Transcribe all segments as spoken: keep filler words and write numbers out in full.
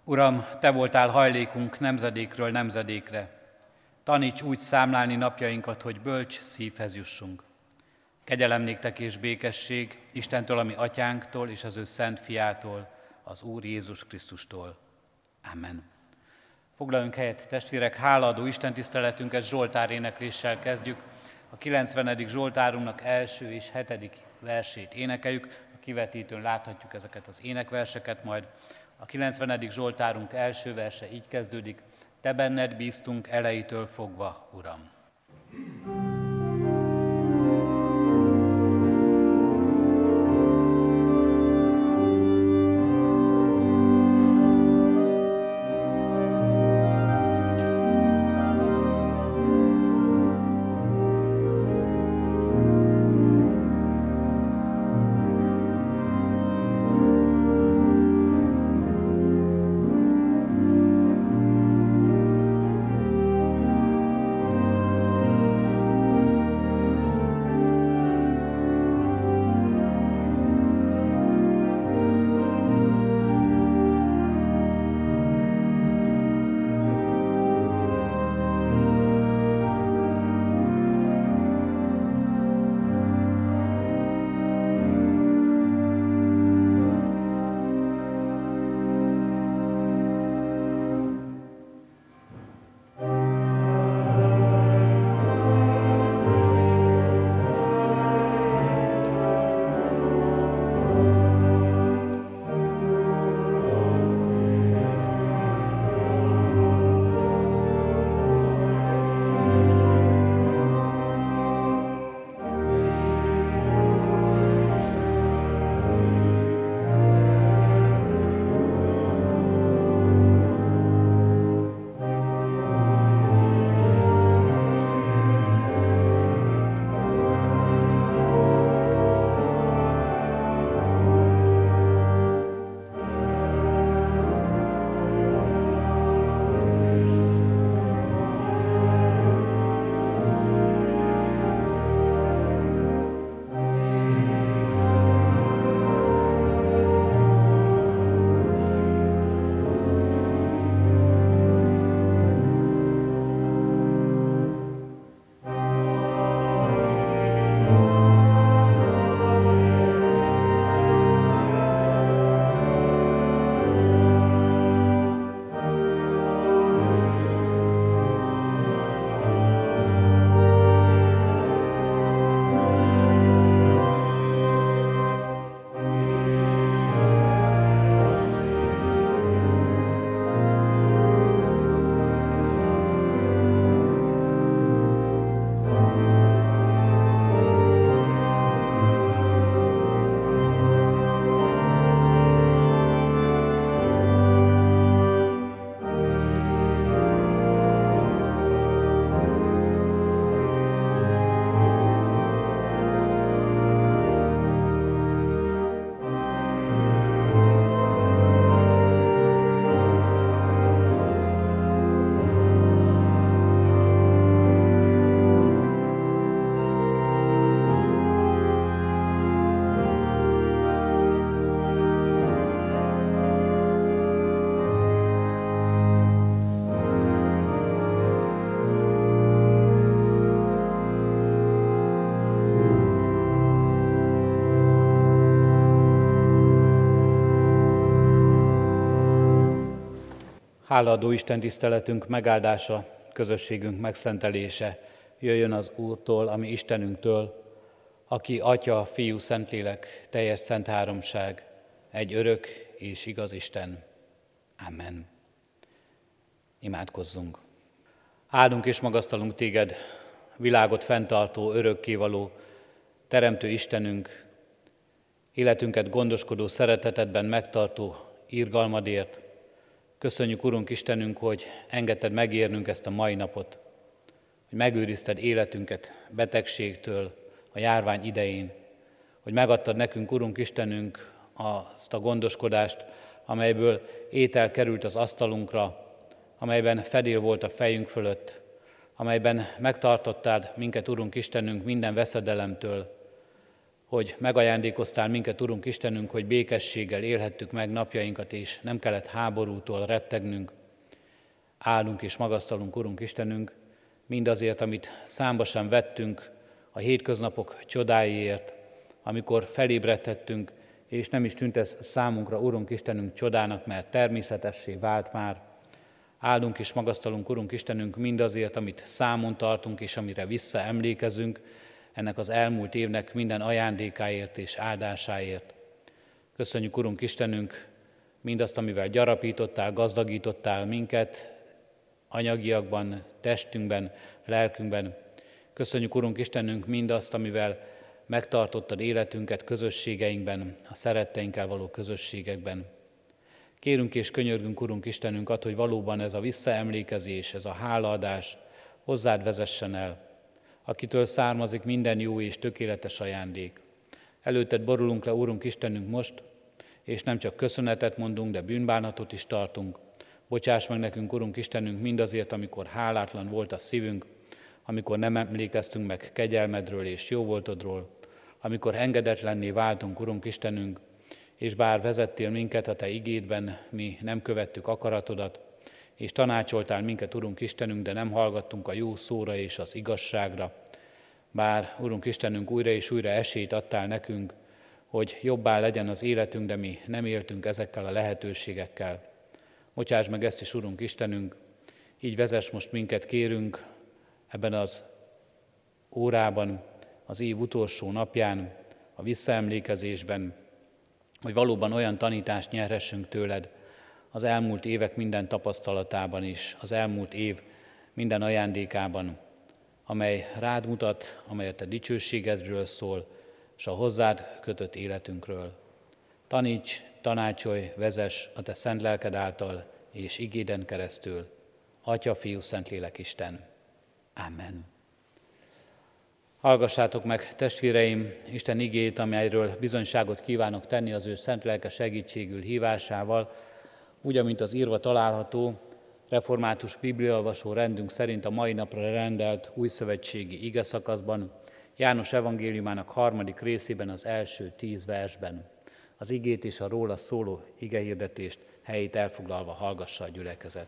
Uram, Te voltál hajlékunk nemzedékről nemzedékre. Taníts úgy számlálni napjainkat, hogy bölcs szívhez jussunk. Kegyelem néktek és békesség Istentől, ami atyánktól és az ő szent fiától, az Úr Jézus Krisztustól. Amen. Foglaljunk helyet, testvérek, hálaadó istentiszteletünket Zsoltár énekléssel kezdjük. A kilencvenedik Zsoltárunknak első és hetedik versét énekeljük. A kivetítőn láthatjuk ezeket az énekverseket majd. A kilencvenedik Zsoltárunk első verse így kezdődik: Te benned bíztunk elejétől fogva, Uram. Hálaadó Isten tiszteletünk megáldása, közösségünk megszentelése jöjjön az Úrtól, ami Istenünktől, aki Atya, Fiú, Szentlélek, teljes szent háromság, egy örök és igaz Isten. Amen. Imádkozzunk. Áldunk és magasztalunk Téged, világot fenntartó, örökkévaló, teremtő Istenünk, életünket gondoskodó, szeretetedben megtartó irgalmadért. Köszönjük, Urunk Istenünk, hogy engedted megérnünk ezt a mai napot, hogy megőrizted életünket betegségtől, a járvány idején, hogy megadtad nekünk, Urunk Istenünk, azt a gondoskodást, amelyből étel került az asztalunkra, amelyben fedél volt a fejünk fölött, amelyben megtartottál minket, Urunk Istenünk, minden veszedelemtől, hogy megajándékoztál minket, Urunk Istenünk, hogy békességgel élhettük meg napjainkat, és nem kellett háborútól rettegnünk. Áldunk és magasztalunk, Urunk Istenünk, mindazért, amit számba sem vettünk a hétköznapok csodáiért, amikor felébredhettünk, és nem is tűnt ez számunkra, Urunk Istenünk, csodának, mert természetessé vált már. Áldunk és magasztalunk, Urunk Istenünk, mindazért, amit számon tartunk, és amire visszaemlékezünk, ennek az elmúlt évnek minden ajándékáért és áldásáért. Köszönjük, Urunk Istenünk, mindazt, amivel gyarapítottál, gazdagítottál minket, anyagiakban, testünkben, lelkünkben. Köszönjük, Urunk Istenünk, mindazt, amivel megtartottad életünket közösségeinkben, a szeretteinkkel való közösségekben. Kérünk és könyörgünk, Urunk Istenünk, ad, hogy valóban ez a visszaemlékezés, ez a hálaadás hozzád vezessen el, akitől származik minden jó és tökéletes ajándék. Előtted borulunk le, Urunk Istenünk, most, és nem csak köszönetet mondunk, de bűnbánatot is tartunk. Bocsáss meg nekünk, Urunk Istenünk, mindazért, amikor hálátlan volt a szívünk, amikor nem emlékeztünk meg kegyelmedről és jóvoltodról, amikor engedetlenné váltunk, Urunk Istenünk, és bár vezettél minket a Te igédben, mi nem követtük akaratodat, és tanácsoltál minket, Urunk Istenünk, de nem hallgattunk a jó szóra és az igazságra. Bár, Urunk Istenünk, újra és újra esélyt adtál nekünk, hogy jobbá legyen az életünk, de mi nem éltünk ezekkel a lehetőségekkel. Bocsáss meg ezt is, Urunk Istenünk, így vezess most minket, kérünk, ebben az órában, az év utolsó napján, a visszaemlékezésben, hogy valóban olyan tanítást nyerhessünk tőled az elmúlt évek minden tapasztalatában is, az elmúlt év minden ajándékában, amely rád mutat, amely a te dicsőségedről szól, és a hozzád kötött életünkről. Taníts, tanácsolj, vezess a te szent lelked által és igéden keresztül. Atya, Fiú, Szentlélek, Isten. Amen. Hallgassátok meg, testvéreim, Isten igét, amelyről bizonyságot kívánok tenni az ő szent lelke segítségül hívásával, úgy, amint az írva található, református bibliaolvasó rendünk szerint a mai napra rendelt újszövetségi igeszakaszban, János evangéliumának harmadik részében, az első tíz versben. Az igét és a róla szóló igehirdetést helyét elfoglalva hallgassa a gyülekezet.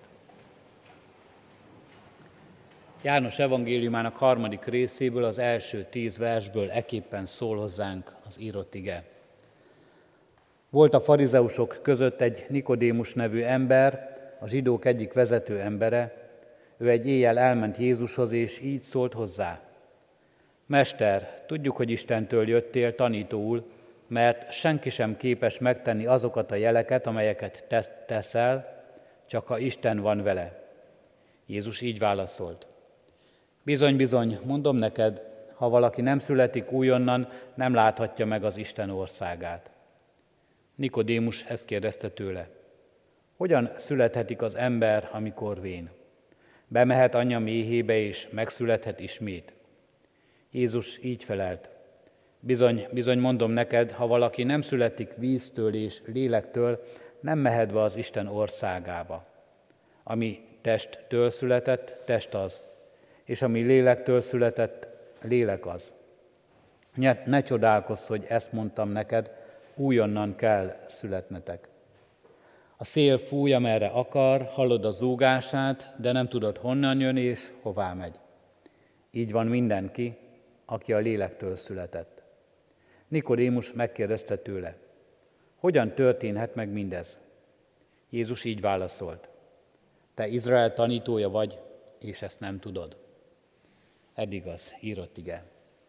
János evangéliumának harmadik részéből, az első tíz versből eképpen szól hozzánk az írott ige. Volt a farizeusok között egy Nikodémus nevű ember, a zsidók egyik vezető embere. Ő egy éjjel elment Jézushoz, és így szólt hozzá. Mester, tudjuk, hogy Istentől jöttél tanítóul, mert senki sem képes megtenni azokat a jeleket, amelyeket te teszel, csak ha Isten van vele. Jézus így válaszolt. Bizony, bizony, mondom neked, ha valaki nem születik újonnan, nem láthatja meg az Isten országát. Nikodémus ezt kérdezte tőle. Hogyan születhetik az ember, amikor vén? Bemehet anyja méhébe, és megszülethet ismét. Jézus így felelt. Bizony, bizony, mondom neked, ha valaki nem születik víztől és lélektől, nem mehet be az Isten országába. Ami testtől született, test az, és ami lélektől született, lélek az. Ne, ne csodálkozz, hogy ezt mondtam neked, újonnan kell születnetek. A szél fúj, amerre akar, hallod a zúgását, de nem tudod, honnan jön és hová megy. Így van mindenki, aki a lélektől született. Nikodémus megkérdezte tőle, hogyan történhet meg mindez? Jézus így válaszolt, te Izrael tanítója vagy, és ezt nem tudod. Eddig az írott ige.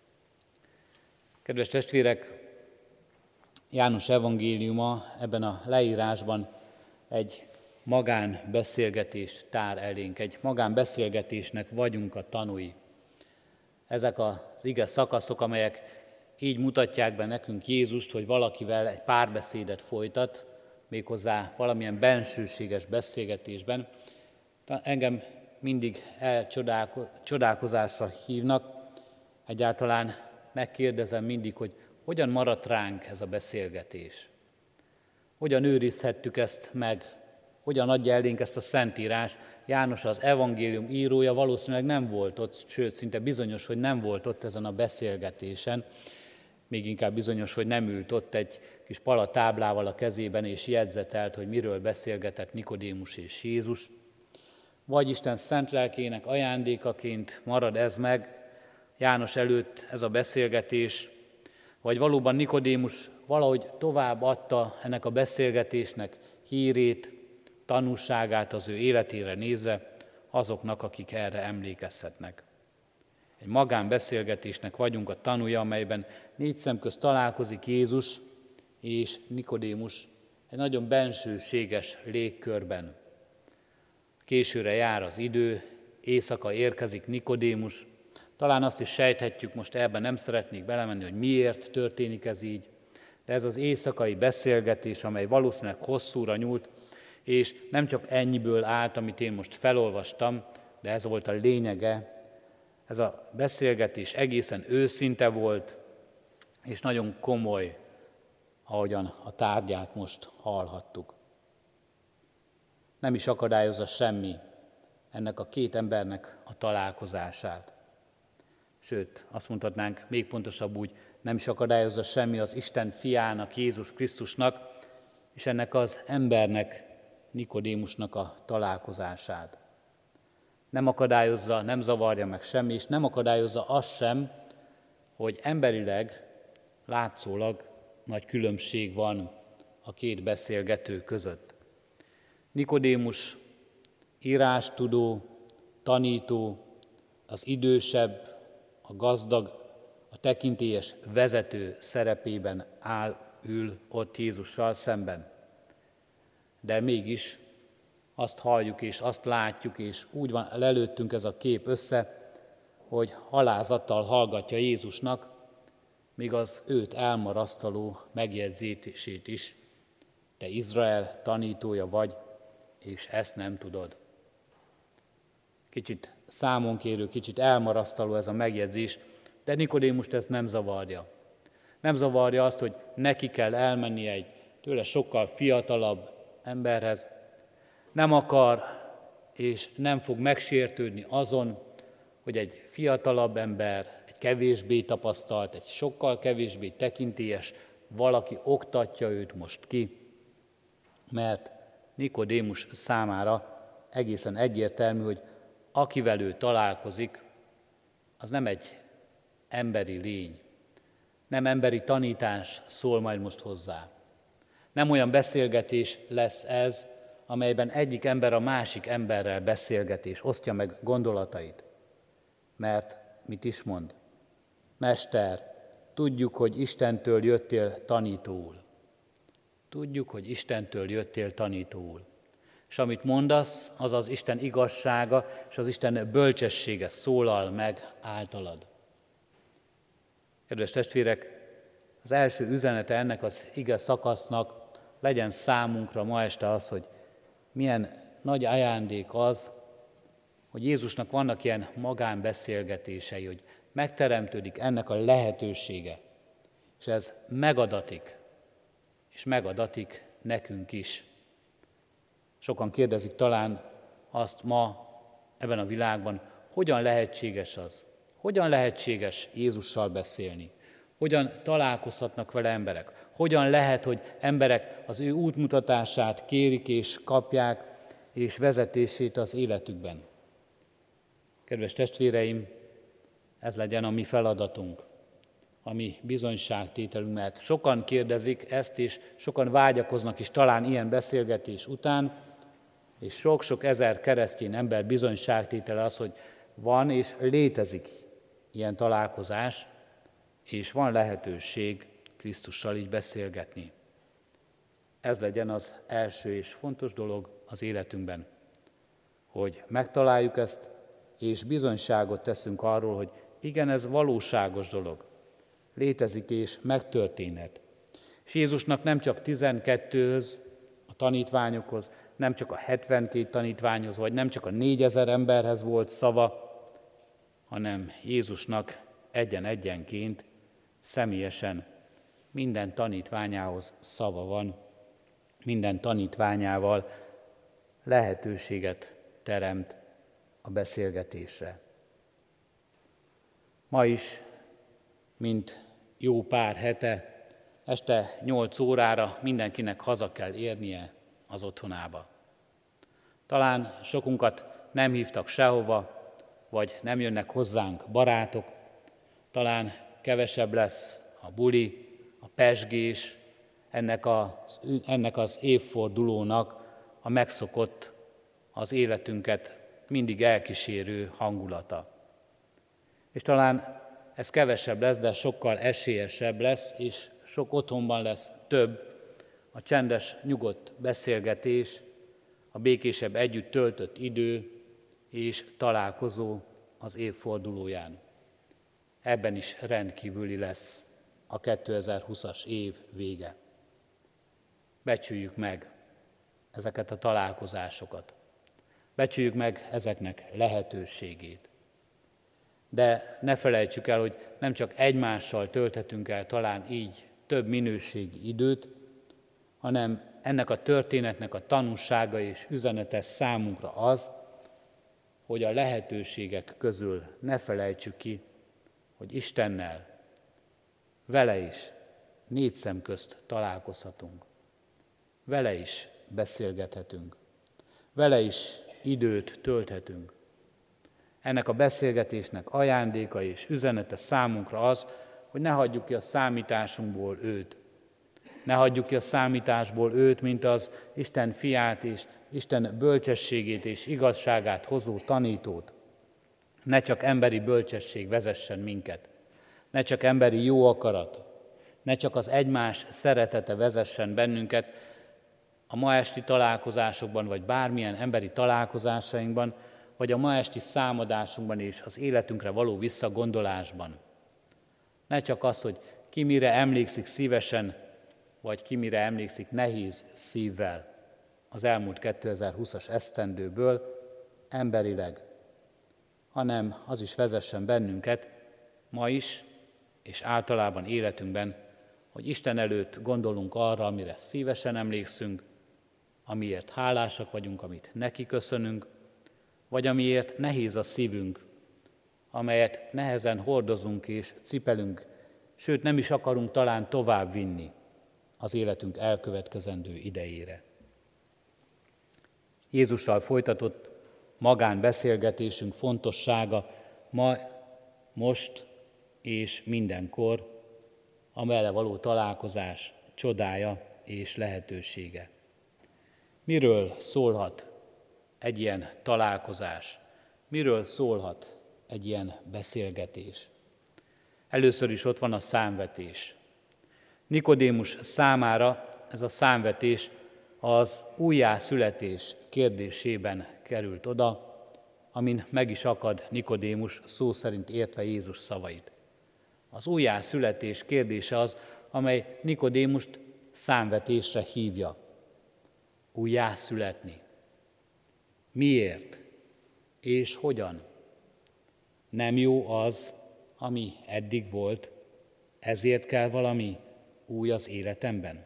Kedves testvérek, János evangéliuma ebben a leírásban egy magánbeszélgetést tár elénk, egy magánbeszélgetésnek vagyunk a tanúi. Ezek az ige szakaszok, amelyek így mutatják be nekünk Jézust, hogy valakivel egy párbeszédet folytat, méghozzá valamilyen bensőséges beszélgetésben. Engem mindig elcsodálkozásra hívnak, egyáltalán megkérdezem mindig, hogy hogyan maradt ránk ez a beszélgetés. Hogyan őrizhettük ezt meg, hogyan adja elénk ezt a Szentírás. János, az evangélium írója, valószínűleg nem volt ott, sőt, szinte bizonyos, hogy nem volt ott ezen a beszélgetésen, még inkább bizonyos, hogy nem ült ott egy kis palatáblával a kezében, és jegyzetelt, hogy miről beszélgetett Nikodémus és Jézus. Vagy Isten szent lelkének ajándékaként marad ez meg János előtt, ez a beszélgetés, vagy valóban Nikodémus valahogy tovább adta ennek a beszélgetésnek hírét, tanúságát az ő életére nézve azoknak, akik erre emlékezhetnek. Egy magánbeszélgetésnek vagyunk a tanúja, amelyben négy szem közt találkozik Jézus és Nikodémus egy nagyon bensőséges légkörben. Későre jár az idő, éjszaka érkezik Nikodémus. Talán azt is sejthetjük, most ebben nem szeretnék belemenni, hogy miért történik ez így, de ez az éjszakai beszélgetés, amely valószínűleg hosszúra nyúlt, és nem csak ennyiből állt, amit én most felolvastam, de ez volt a lényege. Ez a beszélgetés egészen őszinte volt, és nagyon komoly, ahogyan a tárgyát most hallhattuk. Nem is akadályozza semmi ennek a két embernek a találkozását. Sőt, azt mondhatnánk még pontosabb úgy, nem is akadályozza semmi az Isten fiának, Jézus Krisztusnak, és ennek az embernek, Nikodémusnak a találkozását. Nem akadályozza, nem zavarja meg semmi, és nem akadályozza azt sem, hogy emberileg, látszólag nagy különbség van a két beszélgető között. Nikodémus írástudó, tanító, az idősebb, a gazdag, a tekintélyes vezető szerepében áll, ül ott Jézussal szemben. De mégis azt halljuk és azt látjuk, és úgy van előttünk ez a kép össze, hogy alázattal hallgatja Jézusnak, míg az őt elmarasztaló megjegyzését is. Te Izrael tanítója vagy, és ezt nem tudod. Kicsit számonkérő, kicsit elmarasztaló ez a megjegyzés, de Nikodémust ezt nem zavarja. Nem zavarja azt, hogy neki kell elmenni egy tőle sokkal fiatalabb emberhez. Nem akar és nem fog megsértődni azon, hogy egy fiatalabb ember, egy kevésbé tapasztalt, egy sokkal kevésbé tekintélyes valaki oktatja őt most ki, mert Nikodémus számára egészen egyértelmű, hogy akivel ő találkozik, az nem egy emberi lény, nem emberi tanítás szól majd most hozzá. Nem olyan beszélgetés lesz ez, amelyben egyik ember a másik emberrel beszélget és osztja meg gondolatait. Mert mit is mond? Mester, tudjuk, hogy Istentől jöttél tanítóul. Tudjuk, hogy Istentől jöttél tanítóul. És amit mondasz, az az Isten igazsága és az Isten bölcsessége szólal meg általad. Kedves testvérek, az első üzenete ennek az ige szakasznak legyen számunkra ma este az, hogy milyen nagy ajándék az, hogy Jézusnak vannak ilyen magánbeszélgetései, hogy megteremtődik ennek a lehetősége, és ez megadatik, és megadatik nekünk is. Sokan kérdezik talán azt ma ebben a világban, hogyan lehetséges az, hogyan lehetséges Jézussal beszélni, hogyan találkozhatnak vele emberek, hogyan lehet, hogy emberek az ő útmutatását kérik és kapják, és vezetését az életükben. Kedves testvéreim, ez legyen a mi feladatunk, a mi bizonyságtételünk, mert sokan kérdezik ezt, és sokan vágyakoznak is talán ilyen beszélgetés után, és sok-sok ezer keresztény ember bizonyságtétele az, hogy van és létezik ilyen találkozás, és van lehetőség Krisztussal így beszélgetni. Ez legyen az első és fontos dolog az életünkben, hogy megtaláljuk ezt, és bizonyságot teszünk arról, hogy igen, ez valóságos dolog. Létezik és megtörténhet. És Jézusnak nem csak tizenkettőhöz, a tanítványokhoz, nem csak a hetvenkét tanítványhoz, vagy nem csak a négyezer emberhez volt szava, hanem Jézusnak egyen-egyenként, személyesen minden tanítványához szava van, minden tanítványával lehetőséget teremt a beszélgetésre. Ma is, mint jó pár hete, este nyolc órára mindenkinek haza kell érnie az otthonába. Talán sokunkat nem hívtak sehova, vagy nem jönnek hozzánk barátok, talán kevesebb lesz a buli, a pezsgés, ennek az, ennek az évfordulónak a megszokott, az életünket mindig elkísérő hangulata. És talán ez kevesebb lesz, de sokkal esélyesebb lesz, és sok otthonban lesz több a csendes, nyugodt beszélgetés, a békésebb együtt töltött idő és találkozó az évfordulóján. Ebben is rendkívüli lesz a kétezer-húszas év vége. Becsüljük meg ezeket a találkozásokat. Becsüljük meg ezeknek lehetőségét. De ne felejtsük el, hogy nem csak egymással tölthetünk el talán így több minőségi időt, hanem ennek a történetnek a tanúsága és üzenete számunkra az, hogy a lehetőségek közül ne felejtsük ki, hogy Istennel, vele is négy szem közt találkozhatunk. Vele is beszélgethetünk. Vele is időt tölthetünk. Ennek a beszélgetésnek ajándéka és üzenete számunkra az, hogy ne hagyjuk ki a számításunkból őt. Ne hagyjuk ki a számításból őt, mint az Isten fiát és Isten bölcsességét és igazságát hozó tanítót. Ne csak emberi bölcsesség vezessen minket. Ne csak emberi jó akarat. Ne csak az egymás szeretete vezessen bennünket a ma esti találkozásokban, vagy bármilyen emberi találkozásainkban, vagy a ma esti számadásunkban és az életünkre való visszagondolásban. Ne csak az, hogy ki mire emlékszik szívesen, vagy ki mire emlékszik nehéz szívvel az elmúlt kétezer-húszas esztendőből emberileg, hanem az is vezessen bennünket ma is, és általában életünkben, hogy Isten előtt gondolunk arra, amire szívesen emlékszünk, amiért hálásak vagyunk, amit neki köszönünk, vagy amiért nehéz a szívünk, amelyet nehezen hordozunk és cipelünk, sőt nem is akarunk talán tovább vinni az életünk elkövetkezendő idejére. Jézussal folytatott magánbeszélgetésünk fontossága ma, most és mindenkor a vele való találkozás csodája és lehetősége. Miről szólhat egy ilyen találkozás? Miről szólhat egy ilyen beszélgetés? Először is ott van a számvetés. Nikodémus számára ez a számvetés az újjászületés kérdésében került oda, amin meg is akad Nikodémus, szó szerint értve Jézus szavait. Az újjászületés kérdése az, amely Nikodémust számvetésre hívja. Újjászületni. Miért? És hogyan? Nem jó az, ami eddig volt, ezért kell valami új az életemben?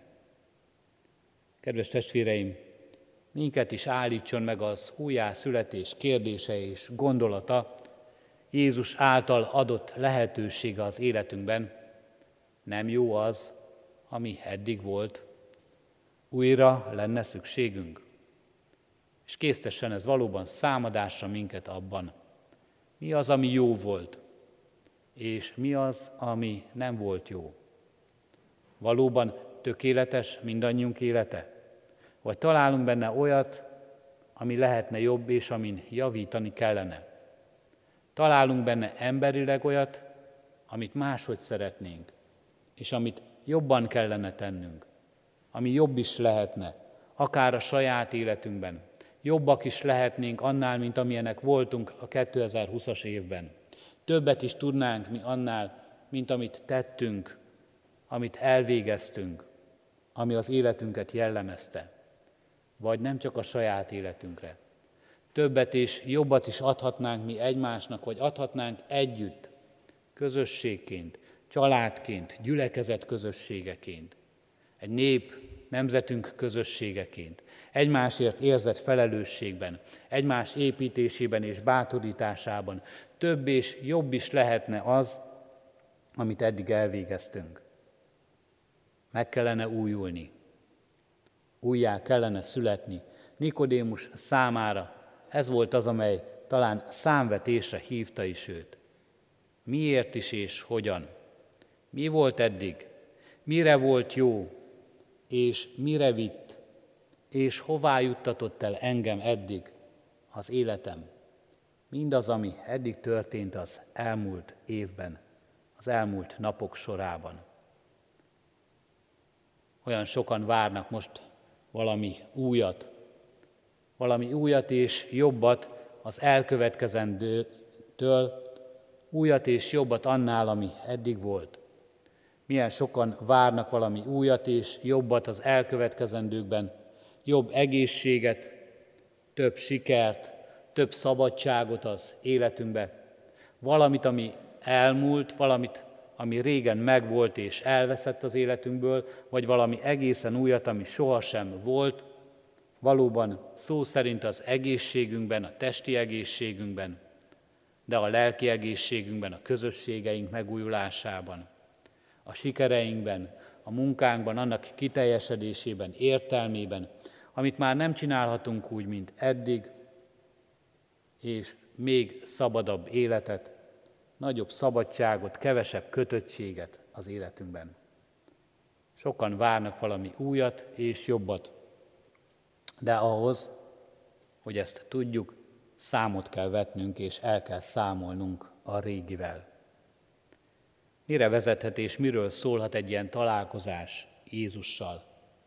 Kedves testvéreim, minket is állítson meg az újjászületés kérdése és gondolata, Jézus által adott lehetősége az életünkben. Nem jó az, ami eddig volt, újra lenne szükségünk. És késztessen ez valóban számadásra minket abban, mi az, ami jó volt, és mi az, ami nem volt jó. Valóban tökéletes mindannyiunk élete? Vagy találunk benne olyat, ami lehetne jobb, és amin javítani kellene? Találunk benne emberileg olyat, amit máshogy szeretnénk, és amit jobban kellene tennünk, ami jobb is lehetne, akár a saját életünkben. Jobbak is lehetnénk annál, mint amilyenek voltunk a kétezer-húszas évben. Többet is tudnánk mi annál, mint amit tettünk, amit elvégeztünk, ami az életünket jellemezte. Vagy nem csak a saját életünkre. Többet és jobbat is adhatnánk mi egymásnak, vagy adhatnánk együtt, közösségként, családként, gyülekezet közösségeként, egy nép, nemzetünk közösségeként, egymásért érzett felelősségben, egymás építésében és bátorításában több és jobb is lehetne az, amit eddig elvégeztünk. Meg kellene újulni, újjá kellene születni. Nikodémus számára ez volt az, amely talán számvetésre hívta is őt. Miért is és hogyan? Mi volt eddig? Mire volt jó? És mire vitt? És hová juttatott el engem eddig az életem? Mindaz, ami eddig történt az elmúlt évben, az elmúlt napok sorában. Olyan sokan várnak most valami újat, valami újat és jobbat az elkövetkezendőtől, újat és jobbat annál, ami eddig volt. Milyen sokan várnak valami újat és jobbat az elkövetkezendőkben, jobb egészséget, több sikert, több szabadságot az életünkbe, valamit, ami elmúlt, valamit, ami régen megvolt és elveszett az életünkből, vagy valami egészen újat, ami sohasem volt, valóban szó szerint az egészségünkben, a testi egészségünkben, de a lelki egészségünkben, a közösségeink megújulásában, a sikereinkben, a munkánkban, annak kiteljesedésében, értelmében, amit már nem csinálhatunk úgy, mint eddig, és még szabadabb életet, nagyobb szabadságot, kevesebb kötöttséget az életünkben. Sokan várnak valami újat és jobbat, de ahhoz, hogy ezt tudjuk, számot kell vetnünk és el kell számolnunk a régivel. Mire vezethet és miről szólhat egy ilyen találkozás Jézussal?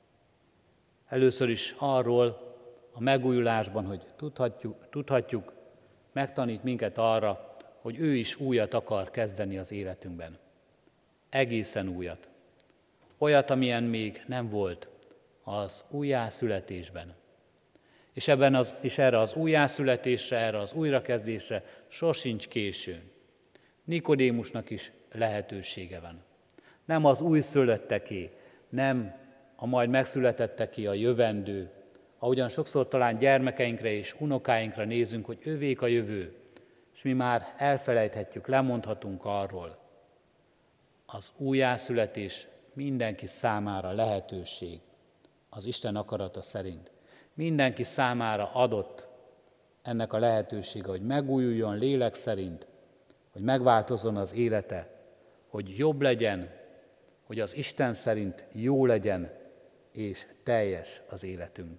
Először is arról a megújulásban, hogy tudhatjuk, tudhatjuk, megtanít minket arra, hogy ő is újat akar kezdeni az életünkben. Egészen újat. Olyat, amilyen még nem volt az újjászületésben. És, ebben az, és erre az újjászületésre, erre az újrakezdésre sosincs későn. Nikodémusnak is lehetősége van. Nem az újszülötteké, nem a majd megszületetteké a jövendő, ahogyan sokszor talán gyermekeinkre és unokáinkra nézünk, hogy övék a jövő, és mi már elfelejthetjük, lemondhatunk arról. Az újjászületés mindenki számára lehetőség, az Isten akarata szerint. Mindenki számára adott ennek a lehetősége, hogy megújuljon lélek szerint, hogy megváltozzon az élete, hogy jobb legyen, hogy az Isten szerint jó legyen, és teljes az életünk.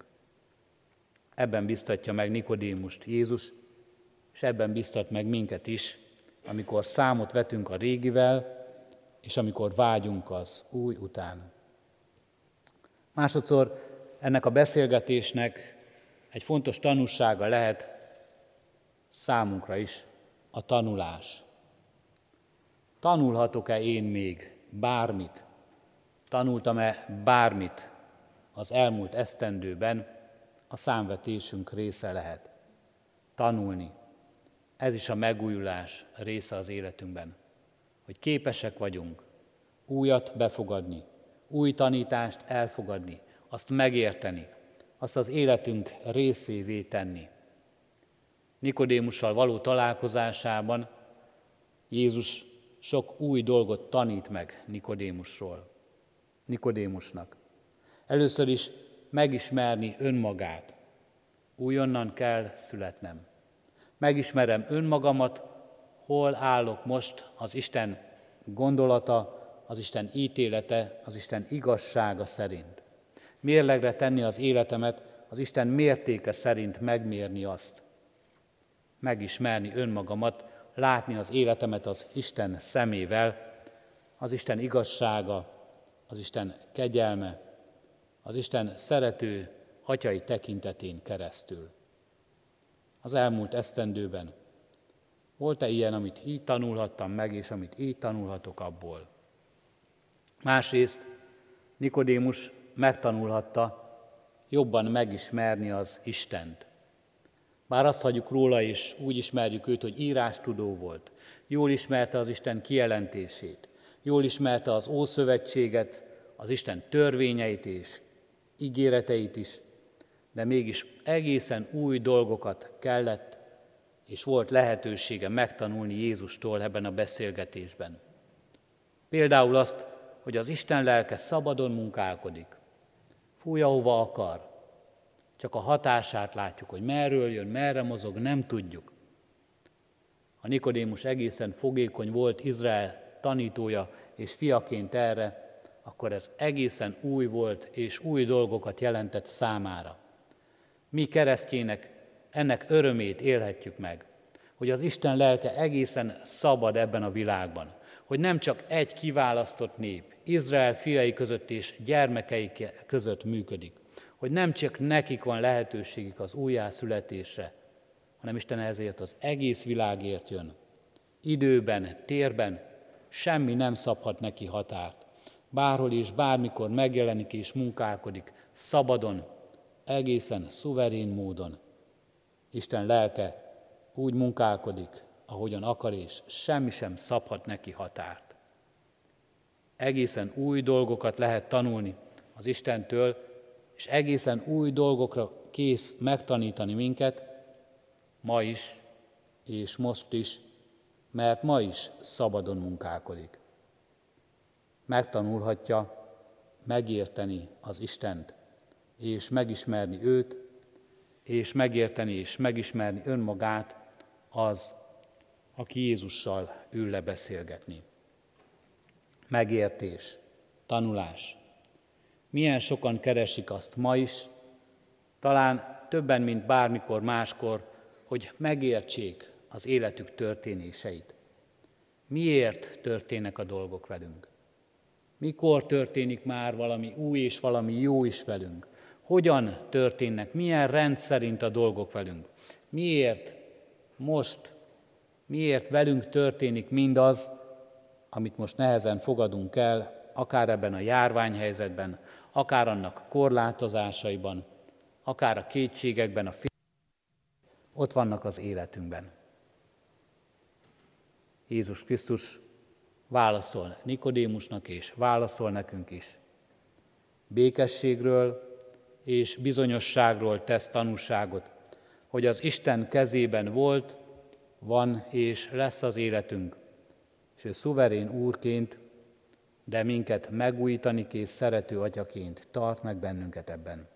Ebben biztatja meg Nikodémust Jézus, és ebben biztat meg minket is, amikor számot vetünk a régivel, és amikor vágyunk az új után. Másodszor ennek a beszélgetésnek egy fontos tanúsága lehet számunkra is a tanulás. Tanulhatok-e én még bármit? Tanultam-e bármit az elmúlt esztendőben? A számvetésünk része lehet. Tanulni. Ez is a megújulás része az életünkben. Hogy képesek vagyunk újat befogadni, új tanítást elfogadni, azt megérteni, azt az életünk részévé tenni. Nikodémussal való találkozásában Jézus sok új dolgot tanít meg Nikodémusról, Nikodémusnak. Először is megismerni önmagát. Újonnan kell születnem. Megismerem önmagamat, hol állok most az Isten gondolata, az Isten ítélete, az Isten igazsága szerint. Mérlegre tenni az életemet, az Isten mértéke szerint megmérni azt. Megismerni önmagamat, látni az életemet az Isten szemével, az Isten igazsága, az Isten kegyelme, az Isten szerető atyai tekintetén keresztül. Az elmúlt esztendőben volt-e ilyen, amit így tanulhattam meg, és amit így tanulhatok abból? Másrészt Nikodémus megtanulhatta jobban megismerni az Istent. Bár azt hagyjuk róla, és úgy ismerjük őt, hogy írástudó volt. Jól ismerte az Isten kijelentését, jól ismerte az Ószövetséget, az Isten törvényeit és ígéreteit is, de mégis egészen új dolgokat kellett, és volt lehetősége megtanulni Jézustól ebben a beszélgetésben. Például azt, hogy az Isten lelke szabadon munkálkodik. Fúj, ahova akar. Csak a hatását látjuk, hogy merről jön, merre mozog, nem tudjuk. A Nikodémus egészen fogékony volt Izrael tanítója, és fiaként erre, akkor ez egészen új volt, és új dolgokat jelentett számára. Mi keresztjének ennek örömét élhetjük meg, hogy az Isten lelke egészen szabad ebben a világban, hogy nem csak egy kiválasztott nép, Izrael fiai között és gyermekei között működik, hogy nem csak nekik van lehetőségük az újjászületésre, hanem Isten ezért az egész világért jön. Időben, térben semmi nem szabhat neki határt. Bárhol és bármikor megjelenik és munkálkodik, szabadon, egészen szuverén módon. Isten lelke úgy munkálkodik, ahogyan akar, és semmi sem szabhat neki határt. Egészen új dolgokat lehet tanulni az Istentől, és egészen új dolgokra kész megtanítani minket, ma is, és most is, mert ma is szabadon munkálkodik. Megtanulhatja megérteni az Istent, és megismerni őt, és megérteni és megismerni önmagát az, aki Jézussal ül le beszélgetni. Megértés, tanulás. Milyen sokan keresik azt ma is, talán többen, mint bármikor máskor, hogy megértsék az életük történéseit. Miért történnek a dolgok velünk? Mikor történik már valami új és valami jó is velünk? Hogyan történnek, milyen rend szerint a dolgok velünk? Miért most, miért velünk történik mindaz, amit most nehezen fogadunk el, akár ebben a járványhelyzetben, akár annak korlátozásaiban, akár a kétségekben, a fél... ott vannak az életünkben. Jézus Krisztus válaszol Nikodémusnak és válaszol nekünk is. Békességről és bizonyosságról tesz tanúságot, hogy az Isten kezében volt, van és lesz az életünk, és ő szuverén úrként, de minket megújítani kész szerető atyaként tart meg bennünket ebben.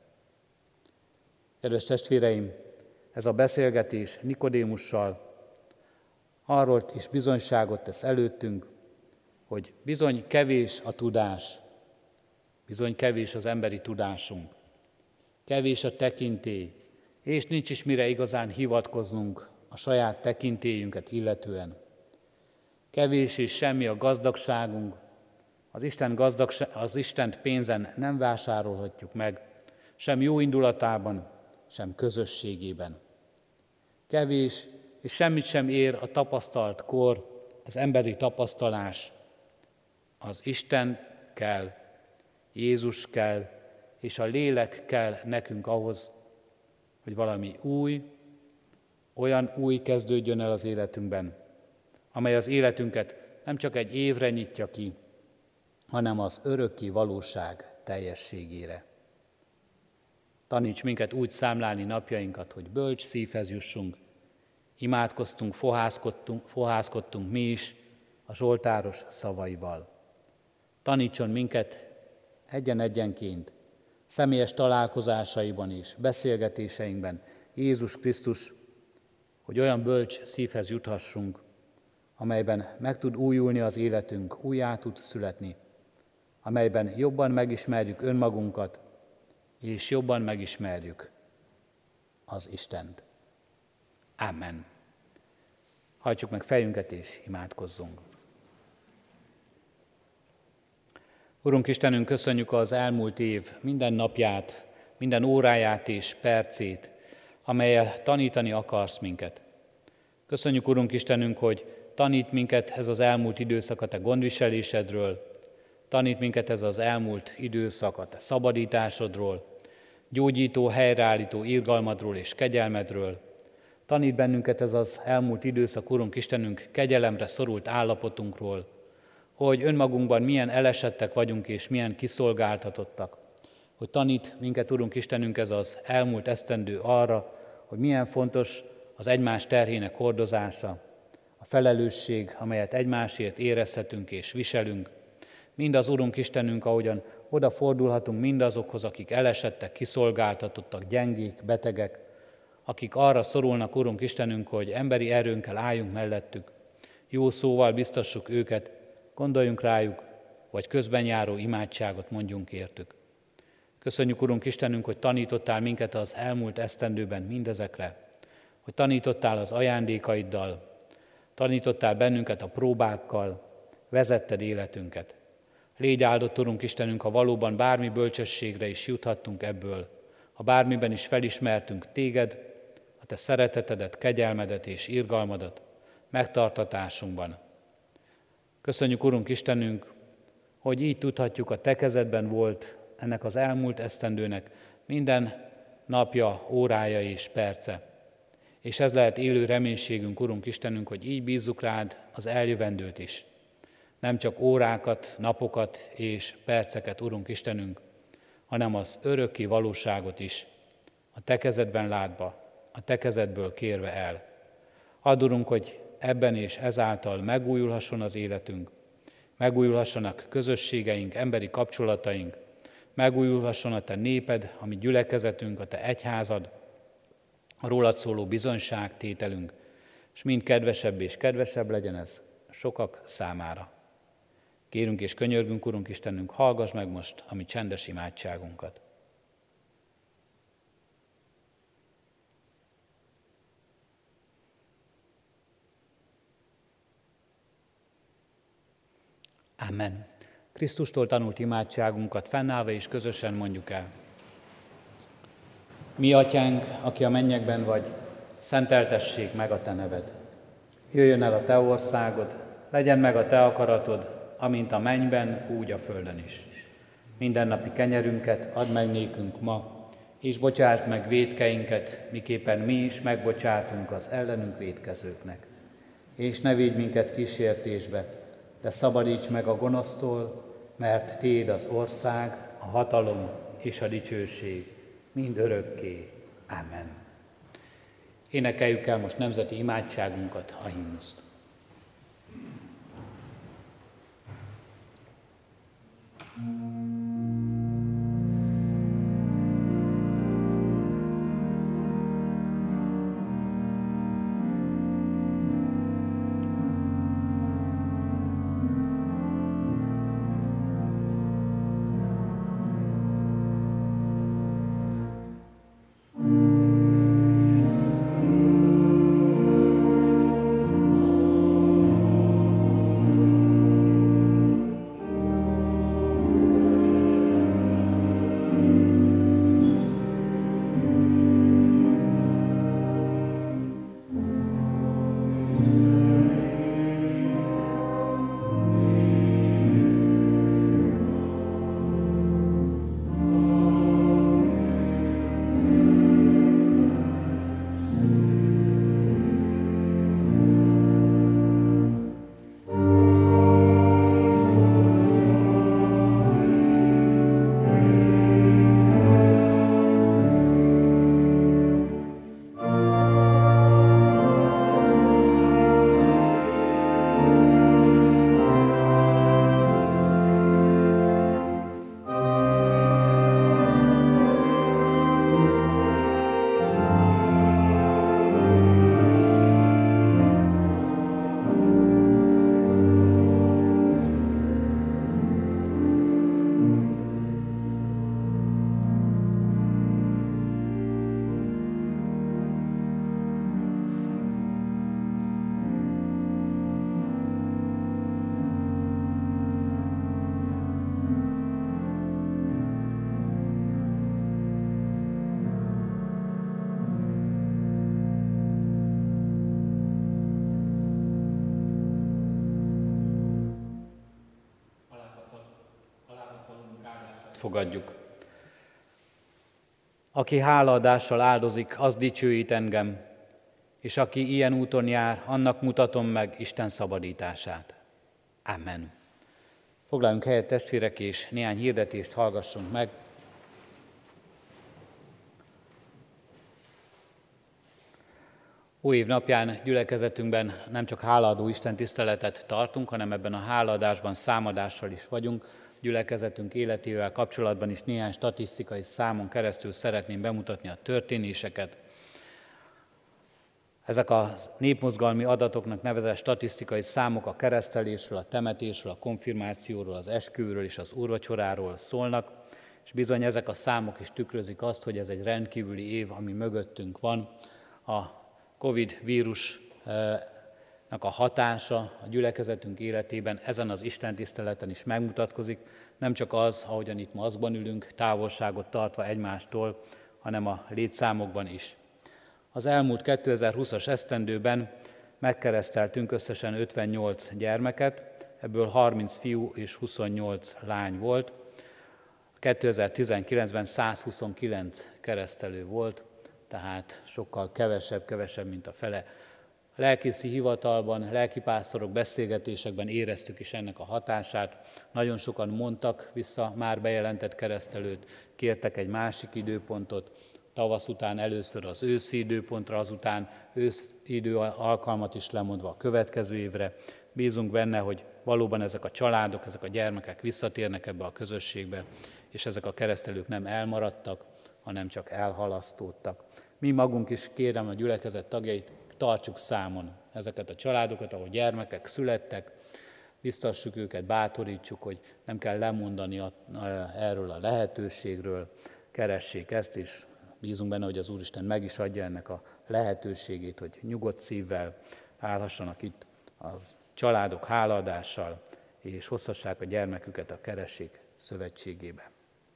Kedves testvéreim, ez a beszélgetés Nikodémussal arról is bizonyságot tesz előttünk, hogy bizony kevés a tudás, bizony kevés az emberi tudásunk, kevés a tekintély, és nincs is mire igazán hivatkoznunk a saját tekintélyünket illetően. Kevés és semmi a gazdagságunk, az Isten gazdagság, az Istent pénzen nem vásárolhatjuk meg, sem jó indulatában, sem közösségében. Kevés és semmit sem ér a tapasztalt kor, az emberi tapasztalás. Az Isten kell, Jézus kell, és a lélek kell nekünk ahhoz, hogy valami új, olyan új kezdődjön el az életünkben, amely az életünket nem csak egy évre nyitja ki, hanem az örökké valóság teljességére. Taníts minket úgy számlálni napjainkat, hogy bölcs szívhez jussunk, imádkoztunk, fohászkodtunk, fohászkodtunk mi is a zsoltáros szavaival. Tanítson minket egyen-egyenként, személyes találkozásaiban és beszélgetéseinkben Jézus Krisztus, hogy olyan bölcs szívhez juthassunk, amelyben meg tud újulni az életünk, újjá tud születni, amelyben jobban megismerjük önmagunkat, és jobban megismerjük az Istent. Amen. Hajtsuk meg fejünket és imádkozzunk. Urunk Istenünk, köszönjük az elmúlt év minden napját, minden óráját és percét, amellyel tanítani akarsz minket. Köszönjük, Urunk Istenünk, hogy tanít minket ez az elmúlt időszak a te gondviselésedről, tanít minket ez az elmúlt időszak a te szabadításodról, gyógyító, helyreállító irgalmadról és kegyelmedről. Tanít bennünket ez az elmúlt időszak, Urunk Istenünk, kegyelemre szorult állapotunkról, hogy önmagunkban milyen elesettek vagyunk és milyen kiszolgáltatottak. Hogy tanít minket, Urunk Istenünk, ez az elmúlt esztendő arra, hogy milyen fontos az egymás terhének hordozása, a felelősség, amelyet egymásért érezhetünk és viselünk, mind az Urunk Istenünk, ahogyan odafordulhatunk mindazokhoz, akik elesettek, kiszolgáltatottak, gyengék, betegek, akik arra szorulnak, Urunk Istenünk, hogy emberi erőnkkel álljunk mellettük, jó szóval biztassuk őket, gondoljunk rájuk, vagy közben járó imádságot mondjunk értük. Köszönjük, Urunk Istenünk, hogy tanítottál minket az elmúlt esztendőben mindezekre, hogy tanítottál az ajándékaiddal, tanítottál bennünket a próbákkal, vezetted életünket. Légy áldott, Urunk Istenünk, ha valóban bármi bölcsességre is juthattunk ebből, ha bármiben is felismertünk téged, a te szeretetedet, kegyelmedet és irgalmadat megtartatásunkban. Köszönjük, Urunk Istenünk, hogy így tudhatjuk, a te kezedben volt ennek az elmúlt esztendőnek minden napja, órája és perce. És ez lehet élő reménységünk, Urunk Istenünk, hogy így bízzuk rád az eljövendőt is. Nem csak órákat, napokat és perceket, Urunk Istenünk, hanem az örökké valóságot is, a te kezedben látva, a te kezedből kérve el. Add, Urunk, hogy ebben és ezáltal megújulhasson az életünk, megújulhassanak közösségeink, emberi kapcsolataink, megújulhasson a te néped, a mi gyülekezetünk, a te egyházad, a rólad szóló bizonyságtételünk, és mind kedvesebb és kedvesebb legyen ez sokak számára. Kérünk és könyörgünk, Urunk Istenünk, hallgass meg most a mi csendes imádságunkat. Amen. Krisztustól tanult imádságunkat fennállva és közösen mondjuk el. Mi, Atyánk, aki a mennyekben vagy, szenteltessék meg a te neved. Jöjjön el a te országod, legyen meg a te akaratod, amint a mennyben, úgy a földön is. Mindennapi kenyerünket add meg nékünk ma, és bocsásd meg vétkeinket, miképpen mi is megbocsátunk az ellenünk vétkezőknek. És ne védj minket kísértésbe, de szabadíts meg a gonosztól, mert tiéd az ország, a hatalom és a dicsőség mind örökké. Amen. Énekeljük el most nemzeti imádságunkat, a himnuszt. Fogadjuk. Aki hálaadással áldozik, az dicsőít engem, és aki ilyen úton jár, annak mutatom meg Isten szabadítását. Amen. Foglaljunk helyet, testvérek, és néhány hirdetést hallgassunk meg. Új év napján gyülekezetünkben nem csak hálaadó istentiszteletet tartunk, hanem ebben a hálaadásban számadással is vagyunk. Gyülekezetünk életével kapcsolatban is néhány statisztikai számon keresztül szeretném bemutatni a történéseket. Ezek a népmozgalmi adatoknak nevezett statisztikai számok a keresztelésről, a temetésről, a konfirmációról, az esküvőről és az úrvacsoráról szólnak, és bizony ezek a számok is tükrözik azt, hogy ez egy rendkívüli év, ami mögöttünk van. A Covid vírusnak a hatása a gyülekezetünk életében ezen az istentiszteleten is megmutatkozik, nem csak az, ahogyan itt maszkban ülünk, távolságot tartva egymástól, hanem a létszámokban is. Az elmúlt kétezer-húszas esztendőben megkereszteltünk összesen ötvennyolc gyermeket, ebből harminc fiú és huszonnyolc lány volt. kétezer-tizenkilencben százhuszonkilenc keresztelő volt, tehát sokkal kevesebb, kevesebb, mint a fele. A lelkészi hivatalban, lelkipásztorok beszélgetésekben éreztük is ennek a hatását. Nagyon sokan mondtak vissza már bejelentett keresztelőt, kértek egy másik időpontot, tavasz után először az őszi időpontra, azután őszi idő alkalmat is lemondva a következő évre. Bízunk benne, hogy valóban ezek a családok, ezek a gyermekek visszatérnek ebbe a közösségbe, és ezek a keresztelők nem elmaradtak, hanem csak elhalasztódtak. Mi magunk is, kérem a gyülekezet tagjait, tartsuk számon ezeket a családokat, ahol gyermekek születtek, biztassuk őket, bátorítsuk, hogy nem kell lemondani a, a, erről a lehetőségről, keressék ezt, és bízunk benne, hogy az Úristen meg is adja ennek a lehetőségét, hogy nyugodt szívvel állhassanak itt az családok hálaadással, és hozhassák a gyermeküket a Keresség szövetségébe.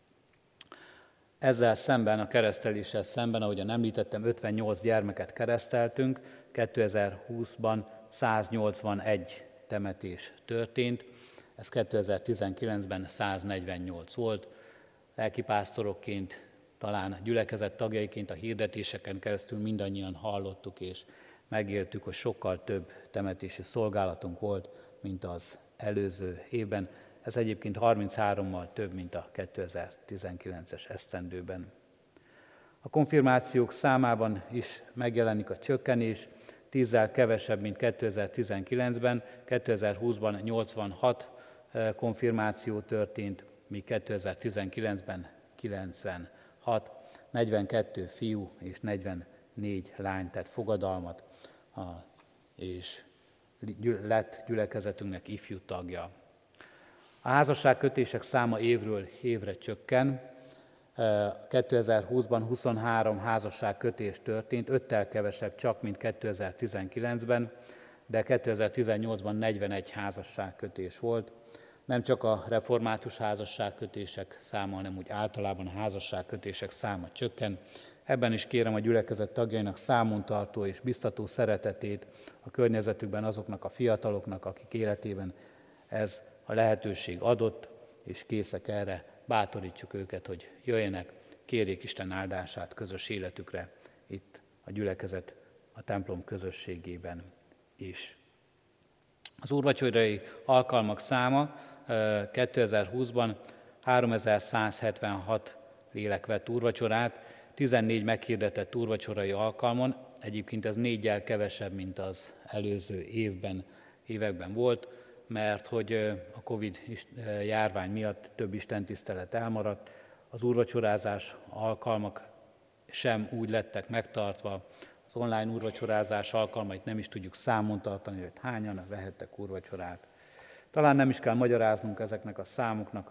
Ezzel szemben, a kereszteléssel szemben, ahogyan említettem, ötvennyolc gyermeket kereszteltünk, kétezer-húszban száznyolcvanegy temetés történt, ez kétezer-tizenkilencben száznegyvennyolc volt. Lelkipásztorokként, talán gyülekezet tagjaiként a hirdetéseken keresztül mindannyian hallottuk és megéltük, hogy sokkal több temetési szolgálatunk volt, mint az előző évben. Ez egyébként harminchárommal több, mint a kétezer-tizenkilences esztendőben. A konfirmációk számában is megjelenik a csökkenés, tízzel kevesebb, mint kétezer-tizenkilencben, kétezer-húszban nyolcvanhat konfirmáció történt, míg kétezer-tizenkilencben kilencvenhat, negyvenkettő fiú és negyvennégy lány tett fogadalmat, és lett gyülekezetünknek ifjú tagja. A házasságkötések száma évről évre csökken. kétezer-húszban huszonhárom házasságkötés történt, öttel kevesebb csak, mint kétezer-tizenkilencben, de kétezer-tizennyolcban negyvenegy házasságkötés volt. Nem csak a református házasságkötések száma, hanem úgy általában a házasságkötések száma csökken. Ebben is kérem a gyülekezet tagjainak számon tartó és biztató szeretetét a környezetükben azoknak a fiataloknak, akik életében ez a lehetőség adott, és készek erre, bátorítsuk őket, hogy jöjjenek, kérjék Isten áldását közös életükre itt a gyülekezet, a templom közösségében is. Az úrvacsorai alkalmak száma kétezer-húszban háromezer-százhetvenhat lélek vett úrvacsorát, tizennégy meghirdetett úrvacsorai alkalmon, egyébként ez négyel kevesebb, mint az előző évben, években volt, mert hogy a Covid járvány miatt több istentisztelet elmaradt, az úrvacsorázás alkalmak sem úgy lettek megtartva, az online úrvacsorázás alkalmait nem is tudjuk számon tartani, hogy hányan vehettek úrvacsorát. Talán nem is kell magyaráznunk ezeknek a számoknak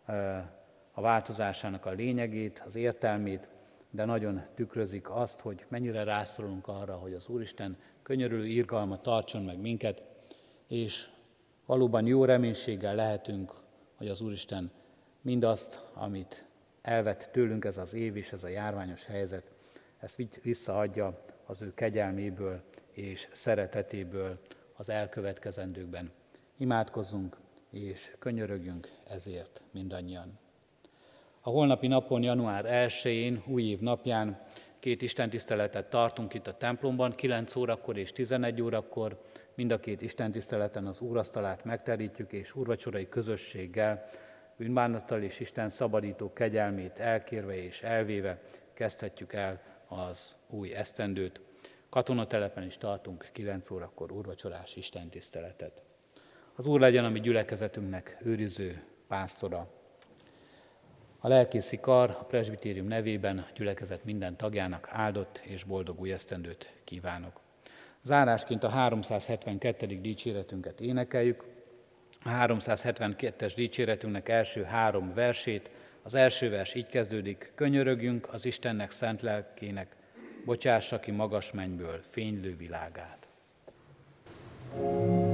a változásának a lényegét, az értelmét, de nagyon tükrözik azt, hogy mennyire rászorulunk arra, hogy az Úristen könyörülő irgalma tartson meg minket, és valóban jó reménységgel lehetünk, hogy az Úristen mindazt, amit elvett tőlünk ez az év és ez a járványos helyzet, ezt visszaadja az ő kegyelméből és szeretetéből az elkövetkezendőkben. Imádkozzunk és könyörögjünk ezért mindannyian. A holnapi napon, január elsején, új év napján két istentiszteletet tartunk itt a templomban, kilenc órakor és tizenegy órakor. Mind a két istentiszteleten az úrasztalát megterítjük, és úrvacsorai közösséggel, bűnbánattal és Isten szabadító kegyelmét elkérve és elvéve kezdhetjük el az új esztendőt. Katonatelepen is tartunk kilenc órakor úrvacsorás istentiszteletet. Az Úr legyen a mi gyülekezetünknek őriző pásztora. A lelkészi kar a presbitérium nevében a gyülekezet minden tagjának áldott és boldog új esztendőt kívánok. Zárásként a háromszázhetvenkettedik dicséretünket énekeljük. A háromszázhetvenkettes dicséretünknek első három versét. Az első vers így kezdődik: könyörögjünk az Istennek szent lelkének, bocsássa ki magas mennyből fénylő világát.